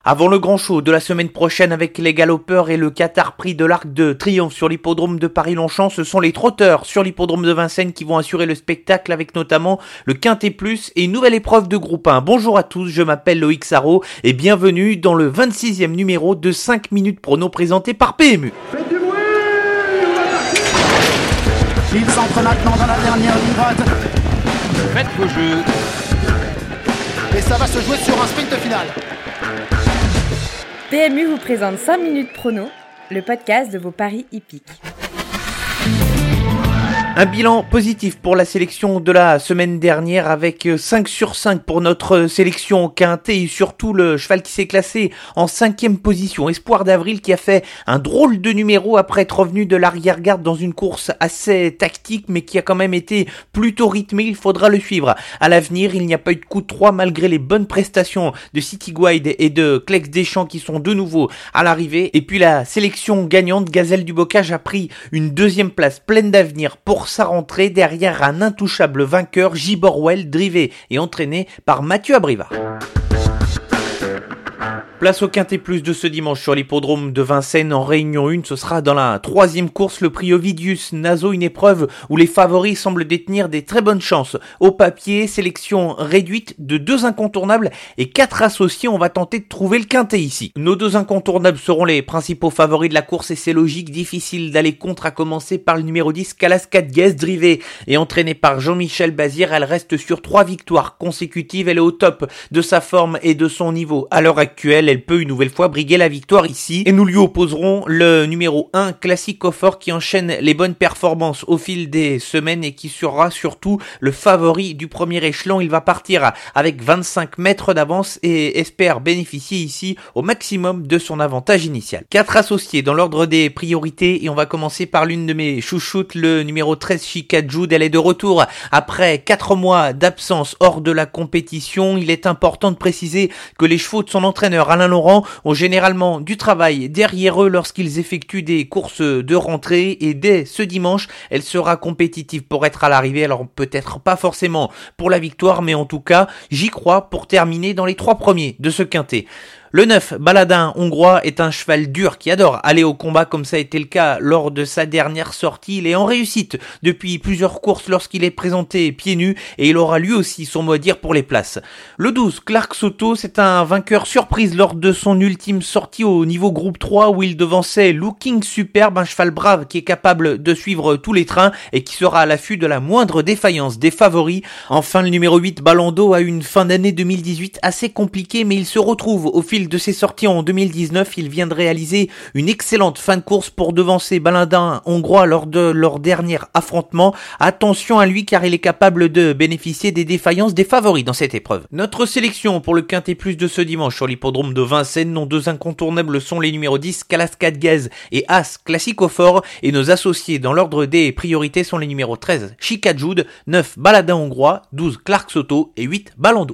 Avant le grand show de la semaine prochaine avec les galopeurs et le Qatar Prix de l'Arc de Triomphe sur l'hippodrome de Paris-Longchamp, ce sont les trotteurs sur l'hippodrome de Vincennes qui vont assurer le spectacle avec notamment le Quintet Plus et une nouvelle épreuve de groupe 1. Bonjour à tous, je m'appelle Loïc Sarro et bienvenue dans le 26e numéro de 5 minutes prono présenté par PMU. Faites du bruit, on va partir. Il s'entre maintenant dans la dernière ligne droite. Faites vos jeux. Et ça va se jouer sur un sprint final. PMU vous présente 5 minutes prono, le podcast de vos paris hippiques. Un bilan positif pour la sélection de la semaine dernière avec 5 sur 5 pour notre sélection quintet et surtout le cheval qui s'est classé en 5e position, Espoir d'Avril, qui a fait un drôle de numéro après être revenu de l'arrière-garde dans une course assez tactique mais qui a quand même été plutôt rythmée. Il faudra le suivre à l'avenir. Il n'y a pas eu de coup de 3 malgré les bonnes prestations de City Guide et de Clex Deschamps qui sont de nouveau à l'arrivée. Et puis la sélection gagnante, Gazelle du Bocage, a pris une 2e place pleine d'avenir pour sa rentrée derrière un intouchable vainqueur, Giborwell, drivé et entraîné par Mathieu Abrivard. Place au Quintet Plus de ce dimanche sur l'hippodrome de Vincennes en Réunion 1. Ce sera dans la 3e course, le prix Ovidius Naso, une épreuve où les favoris semblent détenir des très bonnes chances. Au papier, sélection réduite de 2 incontournables et 4 associés. On va tenter de trouver le quintet ici. Nos 2 incontournables seront les principaux favoris de la course et c'est logique, difficile d'aller contre, à commencer par le numéro 10, Calascade Guez, drivé et entraîné par Jean-Michel Bazir. Elle reste sur 3 victoires consécutives. Elle est au top de sa forme et de son niveau à l'heure actuelle. Elle peut une nouvelle fois briguer la victoire ici et nous lui opposerons le numéro 1, Classic Offer, qui enchaîne les bonnes performances au fil des semaines et qui sera surtout le favori du premier échelon. Il va partir avec 25 mètres d'avance et espère bénéficier ici au maximum de son avantage initial. 4 associés dans l'ordre des priorités et on va commencer par l'une de mes chouchoutes, le numéro 13, Chica Jude. Elle est de retour après 4 mois d'absence hors de la compétition. Il est important de préciser que les chevaux de son entraîneur Alain Laurent ont généralement du travail derrière eux lorsqu'ils effectuent des courses de rentrée et dès ce dimanche, elle sera compétitive pour être à l'arrivée. Alors peut-être pas forcément pour la victoire, mais en tout cas, j'y crois pour terminer dans les 3 premiers de ce quintet. Le 9, Baladin hongrois, est un cheval dur qui adore aller au combat comme ça a été le cas lors de sa dernière sortie. Il est en réussite depuis plusieurs courses lorsqu'il est présenté pieds nus et il aura lui aussi son mot à dire pour les places. Le 12, Clark Soto, c'est un vainqueur surprise lors de son ultime sortie au niveau groupe 3 où il devançait Looking Superbe, un cheval brave qui est capable de suivre tous les trains et qui sera à l'affût de la moindre défaillance des favoris. Enfin, le numéro 8, Ballando, a eu une fin d'année 2018 assez compliquée mais il se retrouve au fil de ses sorties en 2019, il vient de réaliser une excellente fin de course pour devancer Baladin hongrois lors de leur dernier affrontement. Attention à lui car il est capable de bénéficier des défaillances des favoris dans cette épreuve. Notre sélection pour le Quintet Plus de ce dimanche sur l'hippodrome de Vincennes, nos 2 incontournables sont les numéros 10, Calascade Guez et As, Classic Offer, et nos associés dans l'ordre des priorités sont les numéros 13, Chica Jude, 9, Baladin hongrois, 12, Clark Soto et 8, Ballando.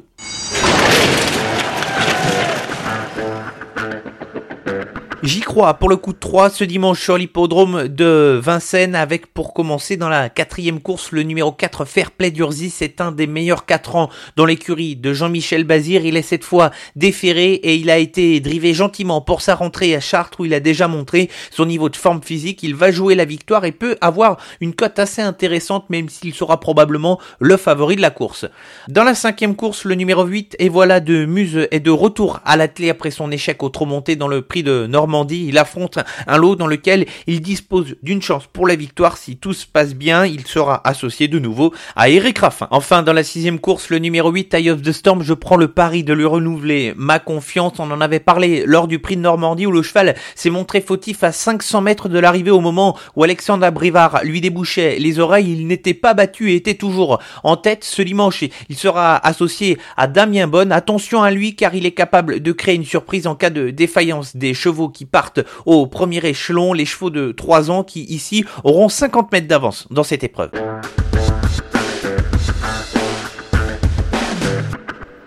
J'y crois pour le coup de 3 ce dimanche sur l'hippodrome de Vincennes avec pour commencer dans la 4e course le numéro 4, Fairplay d'Urzy. C'est un des meilleurs 4 ans dans l'écurie de Jean-Michel Bazir. Il est cette fois déféré et il a été drivé gentiment pour sa rentrée à Chartres où il a déjà montré son niveau de forme physique. Il va jouer la victoire et peut avoir une cote assez intéressante même s'il sera probablement le favori de la course. Dans la 5e course, le numéro 8, Et voilà de Muse, est de retour à l'attelé après son échec au trot monté dans le prix de Normandie. Il affronte un lot dans lequel il dispose d'une chance pour la victoire. Si tout se passe bien, il sera associé de nouveau à Eric Raffin. Enfin, dans la 6e course, le numéro 8, Eye of the Storm, je prends le pari de lui renouveler ma confiance. On en avait parlé lors du prix de Normandie où le cheval s'est montré fautif à 500 mètres de l'arrivée au moment où Alexandre Abrivard lui débouchait les oreilles. Il n'était pas battu et était toujours en tête. Ce dimanche, il sera associé à Damien Bonne. Attention à lui car il est capable de créer une surprise en cas de défaillance des chevaux qui partent au premier échelon, les chevaux de 3 ans qui ici auront 50 mètres d'avance dans cette épreuve.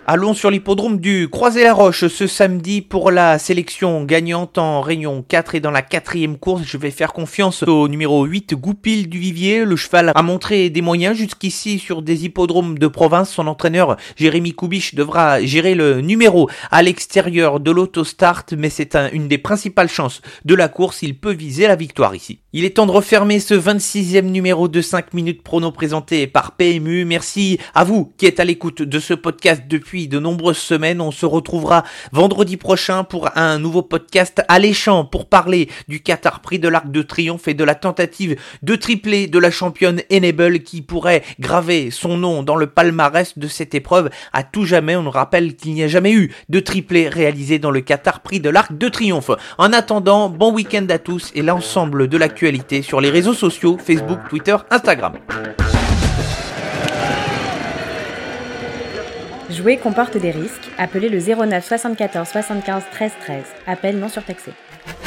Allons sur l'hippodrome du Croisé-la-Roche ce samedi pour la sélection gagnante en Réunion 4 et dans la 4e course, je vais faire confiance au numéro 8 Goupil du Vivier. Le cheval a montré des moyens jusqu'ici sur des hippodromes de province. Son entraîneur Jérémy Koubich devra gérer le numéro à l'extérieur de l'autostart, mais c'est une des principales chances de la course. Il peut viser la victoire ici. Il est temps de refermer ce 26e numéro de 5 minutes prono présenté par PMU. Merci à vous qui êtes à l'écoute de ce podcast depuis de nombreuses semaines. On se retrouvera vendredi prochain pour un nouveau podcast alléchant pour parler du Qatar Prix de l'Arc de Triomphe et de la tentative de triplé de la championne Enable qui pourrait graver son nom dans le palmarès de cette épreuve à tout jamais. On nous rappelle qu'il n'y a jamais eu de triplé réalisé dans le Qatar Prix de l'Arc de Triomphe. En attendant, bon week-end à tous et l'ensemble de l'actualité sur les réseaux sociaux, Facebook, Twitter, Instagram. Jouer comporte des risques. Appelez le 09 74 75 13 13. Appel non surtaxé.